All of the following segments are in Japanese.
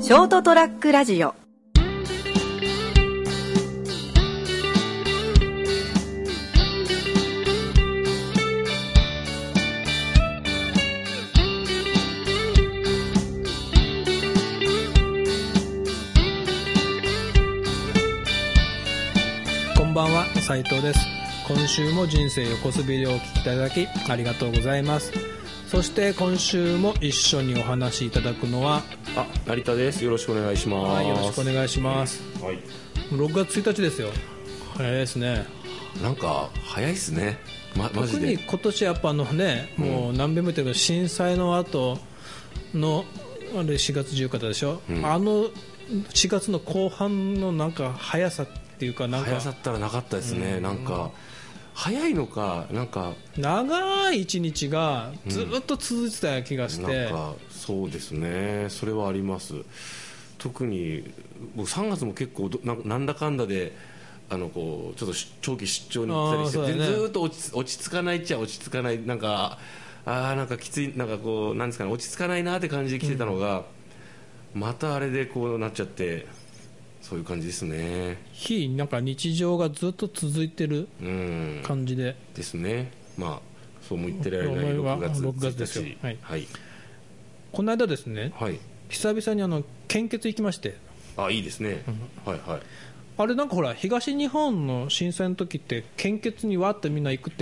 ショートトラックラジオ。 こんばんは、斉藤です。今週も人生横滑りをお聞きいただきありがとうございます。そして今週も一緒にお話しいただくのは成田です。よろしくお願いします。 はい、よろしくお願いします。 はい、 6月1日ですよ。早いですね。 なんか早いですね、マジで。 特に今年やっぱね、もう何遍も言ってるけど震災の後のあれ4月14日でしょ、あの4月の後半のなんか速さっていうか、なんか速さったらなかったですね。なんか早いのか、なんか長い一日がずっと続いてた気がして、 なんかそうですね、それはあります。特に僕3月も結構なんだかんだでこうちょっと長期出張に行ったりして、ね、ずっと落ち着かないっちゃ落ち着かない、なんかなんかきつい、なんかこうなんですかね、落ち着かないなって感じで来てたのが、またあれでこうなっちゃって、そういう感じですね。 なんか日常がずっと続いてる感じで、 ですね。まあそうも言ってられない6月ですよ。はい、 はい、 この間ですね、 はい、 久々に献血行きまして。 いいですね、はいはい。 あれなんかほら、東日本の震災の時って献血にわってみんな行くって。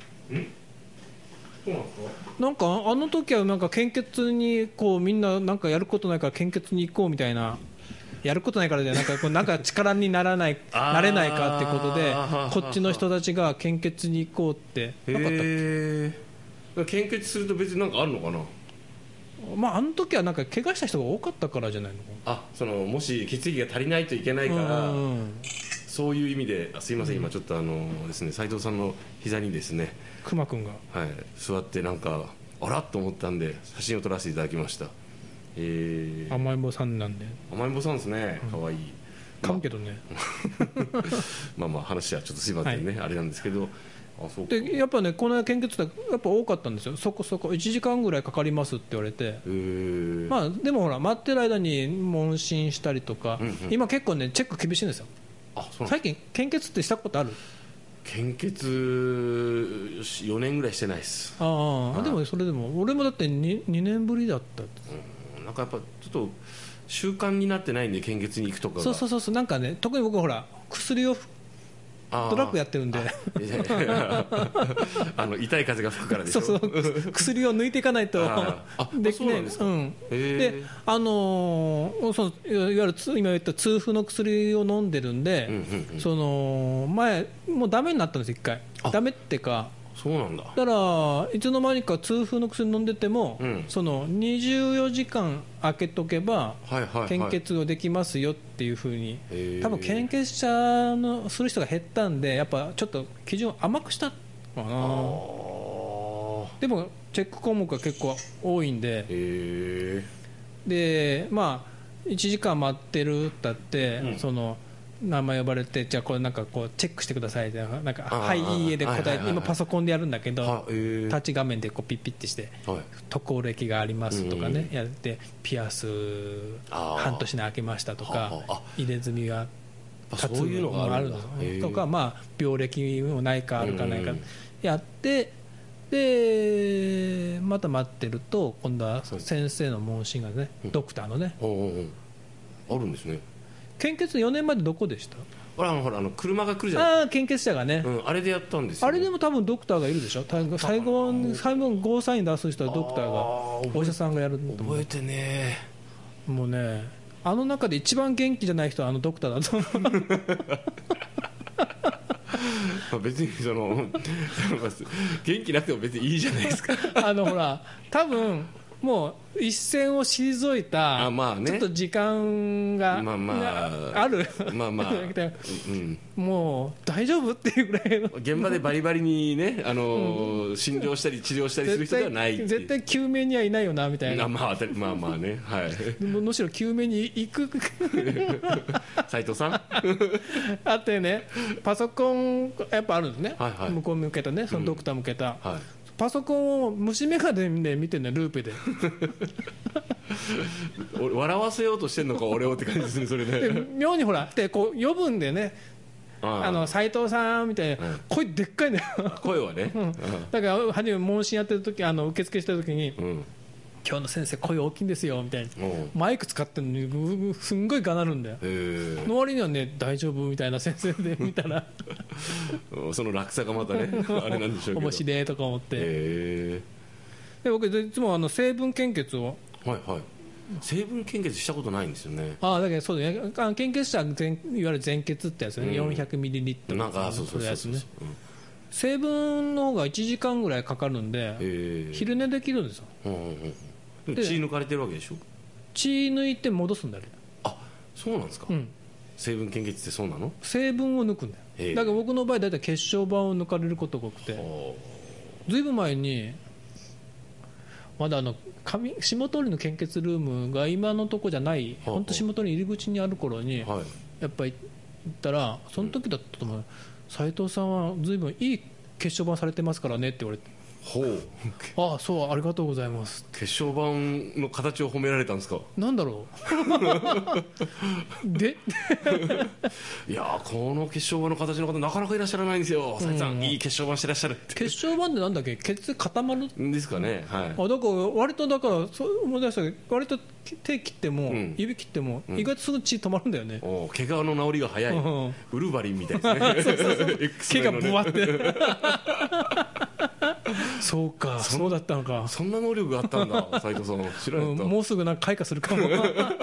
そうなんですか。 なんかあの時はなんか献血にこうみんななんかやることないから献血に行こうみたいな、やることないからでなんか力になれないかってことで、こっちの人たちが献血に行こうってなかったっけ。 献血すると別になんかあるのかな。 まあ、あの時はなんか怪我した人が多かったからじゃないの。 もし血液が足りないといけないから、そういう意味で。すいません、今ちょっとですね、斉藤さんの膝にですね、 熊くんが、 はい、座ってなんかあらっと思ったんで写真を撮らせていただきました。 甘えん坊さんなんで。 甘えん坊さんですね、かわいい。 噛むけどね。 まあ話はちょっとすいませんね、あれなんですけど。そうか。 でやっぱね、この献血ってやっぱ多かったんですよ。そこそこ1時間ぐらいかかりますって言われて、まあ、でもほら待ってる間に問診したりとか、今結構ねチェック厳しいんですよ。最近献血ってしたことある？ 献血4年ぐらいしてないです。 でもそれでも俺もだって 2年ぶりだった。 なんかやっぱちょっと習慣になってないんで、献血に行くとかが。 そうなんかね、特に僕ほら薬をトラックやってるんで痛い風が吹くからでしょ。 薬を抜いていかないとできない。でいわゆる今言った痛風の薬を飲んでるんで、前もうダメになったんです一回。ダメってか、 そうなんだ。 だからいつの間にか痛風の薬飲んでても、24時間空けとけば献血をできますよっていうふうに、多分献血者のする人が減ったんで、やっぱちょっと基準を甘くしたのかな。でもチェック項目が結構多いんで、でまあ1時間待ってるだって、名前呼ばれて、じゃあこれなんかこうチェックしてくださいって、なんかはいいいえで答えて、今パソコンでやるんだけど、タッチ画面でこうピッピッてして、渡航歴がありますとかね、やって、ピアス半年で開けましたとか、入れ墨が立つのがあるとか、まあ病歴もないかあるかないかやって、でまた待ってると今度は先生の問診がね、ドクターのね、 あるんですね。 献血4年前でどこでした？ ほら車が来るじゃないですか。 献血者がね、 あれでやったんですよ、 あれでも多分ドクターがいるでしょ。最後ゴーサイン出す人はドクターが、お医者さんがやると思う。 覚えてね。 もうね、あの中で一番元気じゃない人はドクターだと思う。 別に元気なくても別にいいじゃないですか。 ほら多分もう一線を退いた、ちょっと時間がある、もう大丈夫っていうぐらいの、 現場でバリバリにね、診療したり治療したりする人ではない。 絶対救命にはいないよなみたいな。 まあね、はい。 むしろ救命に行く斉藤さんあってね、パソコンやっぱあるんですね、向こう向けたね、そのドクター向けた、 パソコンを虫眼鏡で見てるの、ルーペで笑わせようとしてんのか俺をって感じですね、それね。 で妙にほらでこう呼ぶんでね、斉藤さんみたいな、声でっかいんだよ声はね、 だから初め問診やってる時受付してる時に、今日の先生声大きいんですよみたいな、マイク使ってるのにすんごいがなるんだよ。の割にはね大丈夫みたいな先生で見たらその落差がまたねあれなんでしょうけど面白いとか思って、で僕いつも成分献血を、 成分献血したことないんですよね。 だけどそうだね、献血者はいわゆる全血ってやつね、400ミリリットルなんかそう成分の方が1時間ぐらいかかるんで、昼寝できるんですよ。 血抜かれてるわけでしょ。 血抜いて戻すんだよ。 そうなんですか、成分献血ってそうなの。 成分を抜くんだよ。だから僕の場合だいたい血小板を抜かれることが多くて、ずいぶん前にまだ下通りの献血ルームが今のとこじゃない本当下通り入り口にある頃に、やっぱり行ったらその時だったと思う、斉藤さんはずいぶんいい血小板されてますからねって言われて、そうありがとうございます。 血小板の形を褒められたんですか。 なんだろうでいやこの血小板の形の方なかなかいらっしゃらないんですよ、斉藤さん、いい血小板してらっしゃるって。 血小板ってなんだっけ、血で固まるですかね。 だから割と思い出したけど、割と手切っても、指切っても、意外とすぐ血止まるんだよね。 怪我の治りが早い、ウルヴァリンみたいですね毛がぶわってそうか、そうだったのか。 そんな能力があったんだ斉藤さん、知らなかった。 もうすぐなんか開花するかも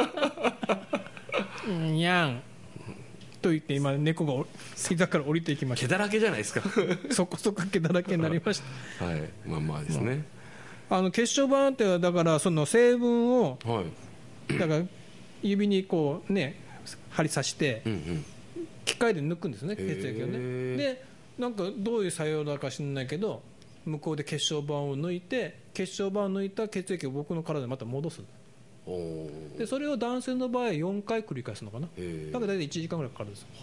にゃんと言って今猫が膝から降りていきました。 毛だらけじゃないですかそこそこ毛だらけになりました。 まあですね、 血小板ってだからその成分を、だから指にこうね針刺して、機械で抜くんですね、血液をね。でなんかどういう作用だか知らないけど、向こうで血小板を抜いて、血小板を抜いた血液を僕の体にまた戻す。でそれを男性の場合4回繰り返すのかな。だから大体1時間ぐらいかかるんですよ。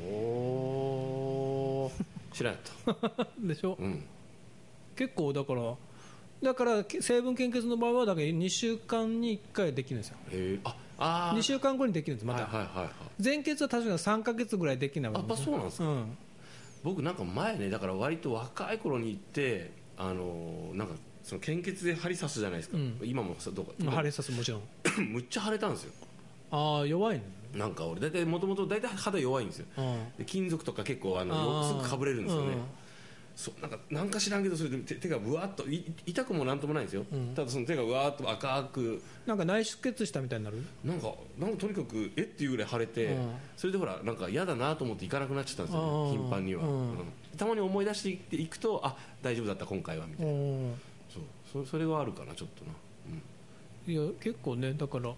知らなかったでしょ、結構だから成分献血の場合はだから2週間に1回できるんですよ。2週間後にできるんです。また全血は確かに3ヶ月ぐらいできないわけです。 そうなんですか。僕なんか前ね、だから割と若い頃に行ってなんかその献血で針刺すじゃないですか、今もどうか針刺すもちろんむっちゃ腫れたんですよ。 弱いね。 なんか俺もともと大体肌弱いんですよ。で金属とか結構すぐかぶれるんですよね。なんか知らんけどそれで手がぶわっと痛くもなんともないんですよ、ただその手がぶわっと赤くなんか内出血したみたいになる。 なんかとにかくっていうぐらい腫れて、それでほらなんか嫌だなと思って行かなくなっちゃったんですよね、頻繁には。たまに思い出していくと大丈夫だった今回はみたいな。それはあるかなちょっとな。 いや結構ね、だから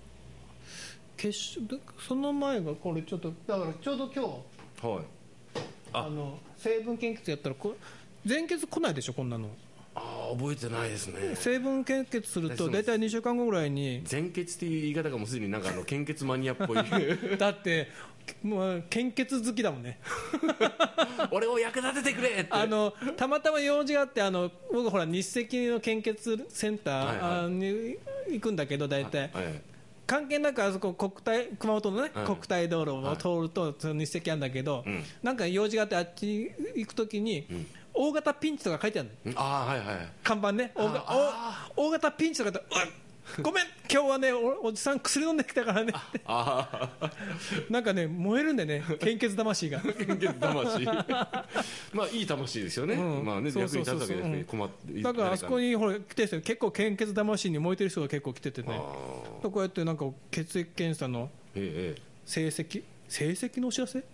その前がこれちょっとだからちょうど今日成分献血やったら全血来ないでしょこんなの。 覚えてないですね。 成分献血すると大体2週間後ぐらいに全血っていう言い方がもうすでになんか献血マニアっぽいだってもう献血好きだもんね俺を役立ててくれってたまたま用事があって僕ほら日赤の献血センターに行くんだけど大体、関係なくあそこ熊本のね、国体道路を通るとその日赤あるんだけど、なんか用事があってあっち行くときに、大型ピンチとか書いてあるの、看板ね、大型ピンチとかってごめん今日はね おじさん薬飲んできたからねなんかね燃えるんでね、献血魂が献血魂まあいい魂ですよね、まあね、役に立つわけですね。 だからあそこにほら来てる人結構献血魂に燃えてる人が結構来ててね、こうやってなんか血液検査の成績のお知らせ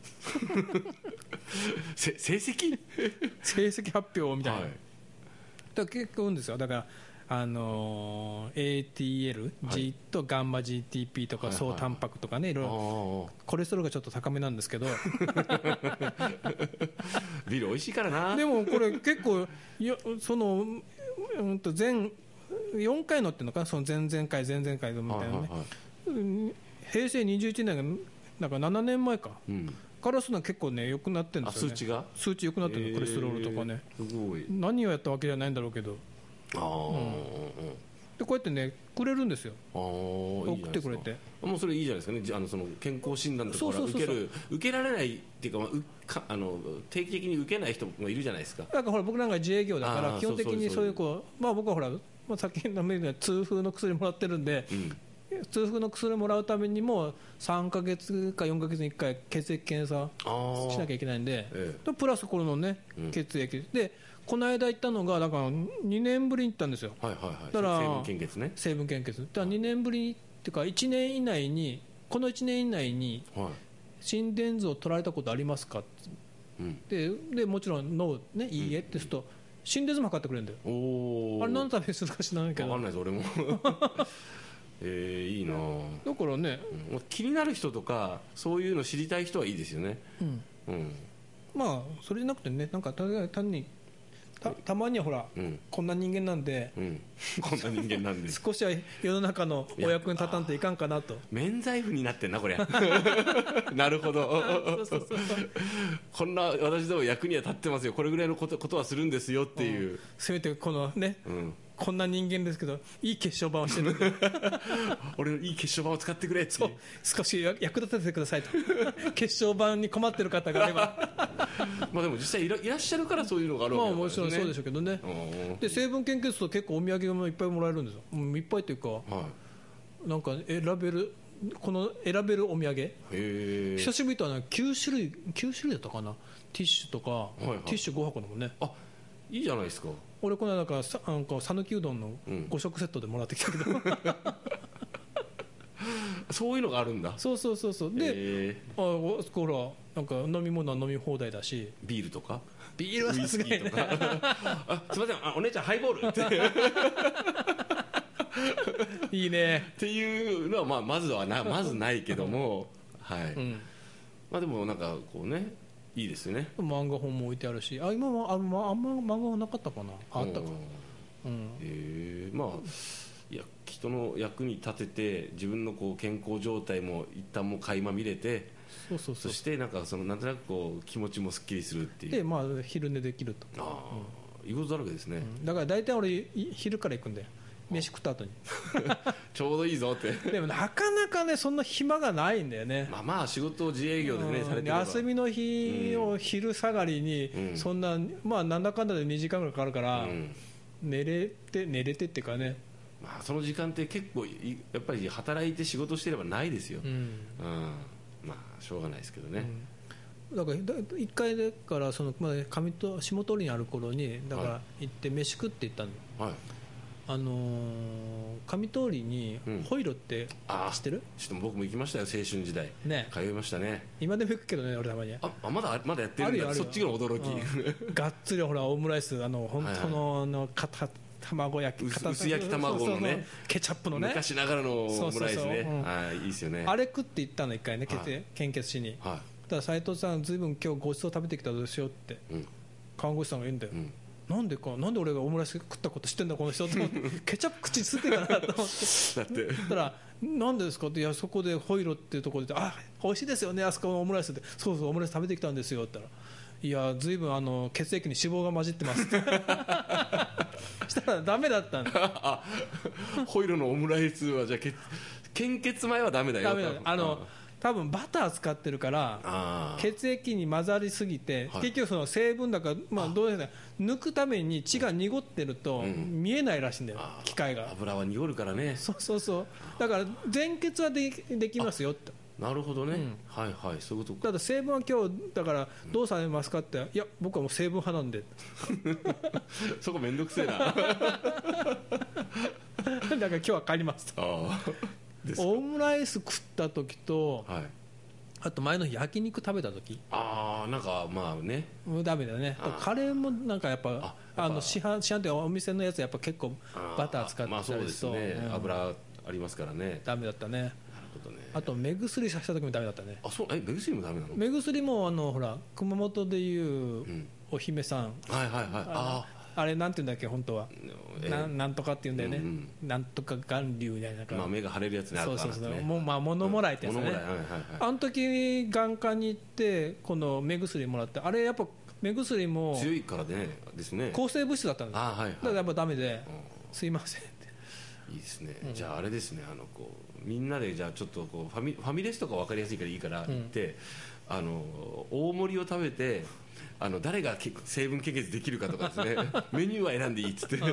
成績発表みたいな、だから結構多いんですよ。だからATL、G とガンマ GTP とか総タンパクとかね、いろいろコレステロールがちょっと高めなんですけどビール美味しいからな。 でもこれ結構その4回乗ってるのかな、その前々回みたいなね、平成21年がなんか7年前か、からするのは結構ね良くなってるんですよね。数値良くなってるの、コレステロールとかね。すごい何をやったわけじゃないんだろうけど、 でこうやってねくれるんですよ。 送ってくれて、 もうそれいいじゃないですかね。その健康診断とか受けられないっていうか、定期的に受けない人もいるじゃないですか。 だからほら僕なんか自営業だから基本的にそういう僕はほら、さっきのように痛風の薬もらってるんで、痛風の薬もらうためにも3ヶ月か4ヶ月に1回血液検査しなきゃいけないんで、プラスこのね血液で、この間行ったのがだから2年ぶりに行ったんですよ。だから成分献血ね。 成分献血だから2年ぶりっていうか1年以内に、この1年以内に心電図を取られたことありますかって、でもちろんノーね、いいえってすると心電図も測ってくれるんだよ。あれ何のためにするか知らないけど。 分かんないです俺もいいな。 だからね、 気になる人とかそういうの知りたい人はいいですよね。 まあそれじゃなくてね、なんか単にたまにはほら、こんな人間なんで、 こんな人間なんで少しは世の中のお役に立たんといかんかなと。 免罪符になってんなこりゃなるほどこんな私でも役には立ってますよ、これぐらいのことはするんですよっていう、 せめてこのね、こんな人間ですけどいい血小板をしてる俺のいい血小板を使ってくれって、 そう少し役立ててくださいと血小板に困ってる方があればまあでも実際いらっしゃるからそういうのがあるわけですね。 もちろんそうでしょうけどね。で成分献血と結構お土産もいっぱいもらえるんですよ。いっぱいというか、なんか選べるお土産、久しぶりとは9種類だったかな。ティッシュとか、ティッシュ5箱だもんね。 いいじゃないですか。 俺この間なんか讃岐うどんの5食セットでもらってきたけど、 そういうのがあるんだ。 そうで、ほらなんか飲み物は飲み放題だし、 ビールとかビールはさすがにねすいませんお姉ちゃんハイボールっていいねっていうのはまずないけどもまあでもなんかこうね、いいですよね。 漫画本も置いてあるし、今はあんま漫画はなかったかな。あったか。まあいや人の役に立てて自分のこう健康状態も一旦も垣間見れて、そしてなんかなんとなくこう気持ちもすっきりするっていう。 でまあ昼寝できると。 いいことだらけですね。 だから大体俺昼から行くんだよ。飯食った後にちょうどいいぞってでもなかなかねそんな暇がないんだよね。 まあ仕事を自営業でね、されてるから休みの日を昼下がりにそんな、なんだかんだで2時間ぐらいかかるから、寝れてっていうかね、 その時間って結構やっぱり働いて仕事してればないですよ。しょうがないですけどね。 だから1回だから下通りにある頃にだから行って飯食って行ったんだよ。上通りにホイロって知ってる？ ちょっと僕も行きましたよ、青春時代ね。通いましたね。 今でも行くけどね、俺たまに。 まだやってるんだ。そっちが驚き。 がっつりほらオムライス、本当の卵焼き、 薄焼き卵のね、 ケチャップのね、 昔ながらのオムライスね。いいですよね。 あれ食って行ったの一回ね、献血しに。だから斉藤さんずいぶん今日ごちそう食べてきたでしょって看護師さんが言うんだよ。なんで俺がオムライス食ったこと知ってんだこの人と思ってケチャップ口に吸ってかなと思ってだったらなんでですかって、いやそこでホイロっていうところで美味しいですよねあそこのオムライスで、そうオムライス食べてきたんですよって言ったら、いやずいぶん血液に脂肪が混じってますってしたらダメだったんだホイロのオムライスはじゃあ献血前はダメだよ。 ダメだ多分バター使ってるから血液に混ざりすぎて、結局その成分だかどうですか、抜くために血が濁ってると見えないらしいんだよ、機械が。 油は濁るからね。 そうだから全血はできますよって。 なるほどね。そういうことか。 ただ成分は今日だからどうされますかって、いや僕はもう成分派なんでそこめんどくせえなだから今日は帰りますとオムライス食った時と、あと前の日焼肉食べた時なんかねダメだよね。カレーもなんかやっぱ市販ってお店のやつやっぱ結構バター使ってたりそうですね、油ありますからね。 ダメだったね。あと目薬させた時もダメだったね。 目薬もダメなの？ 目薬もほら熊本でいうお姫さん、あれなんていうんだっけ本当は、なんとかっていうんだよね、なんとか眼瘤みたいな、 目が腫れるやつにあるからね。 物もらいってやつね。あの時眼科に行ってこの目薬もらって、あれやっぱ目薬も強いからねですね、 抗生物質だったんです。 はいはい、 だからやっぱダメで、すいませんって。 いいですね、じゃああれですね、こうみんなでじゃあちょっとこうファミレスとか分かりやすいからいいから行って、大盛りを食べて誰が成分献血できるかとかですねメニューは選んでいいっつって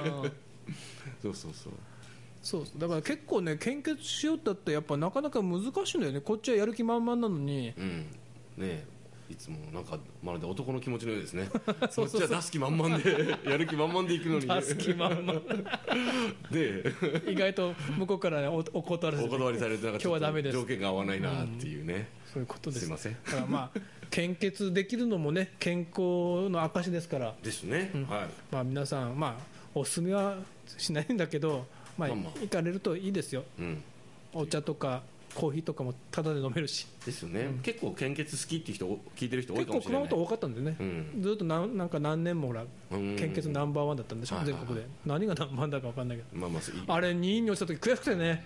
そうだから結構ね、献血しようだってやっぱなかなか難しいんだよね。こっちはやる気満々なのに、 ね、いつもなんかまるで男の気持ちのようですねこっちは出す気満々でやる気満々で行くのに出す気満々 で意外と向こうから、ね、お断りされて、なんかちょっと条件が合わないなっていうね、 そういうことです。 すいません。 だからまあ献血できるのもね、健康の証ですからですね、はい。 まあ、皆さん、まあ、おすすめはしないんだけど、まあ行かれるといいですよ、お茶とかコーヒーとかもタダで飲めるしですよね、結構献血好きっていう人聞いてる人多いかもしれない。 結構熊本多かったんでね、ずっとなんか何年もほら献血ナンバーワンだったんでしょ、全国で。何がナンバーワンだか分かんないけど、あれ2位に落ちた時悔しくてね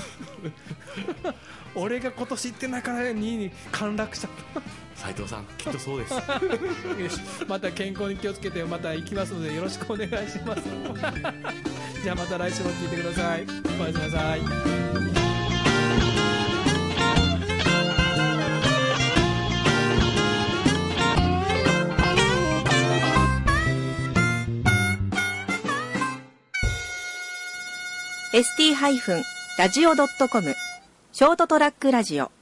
俺が今年行ってないから2位に陥落しちゃった斉藤さん、きっとそうですよし、また健康に気をつけてまた行きますのでよろしくお願いしますじゃあまた来週も聞いてください。おやすみなさい。 ST-radio.com ショートトラックラジオ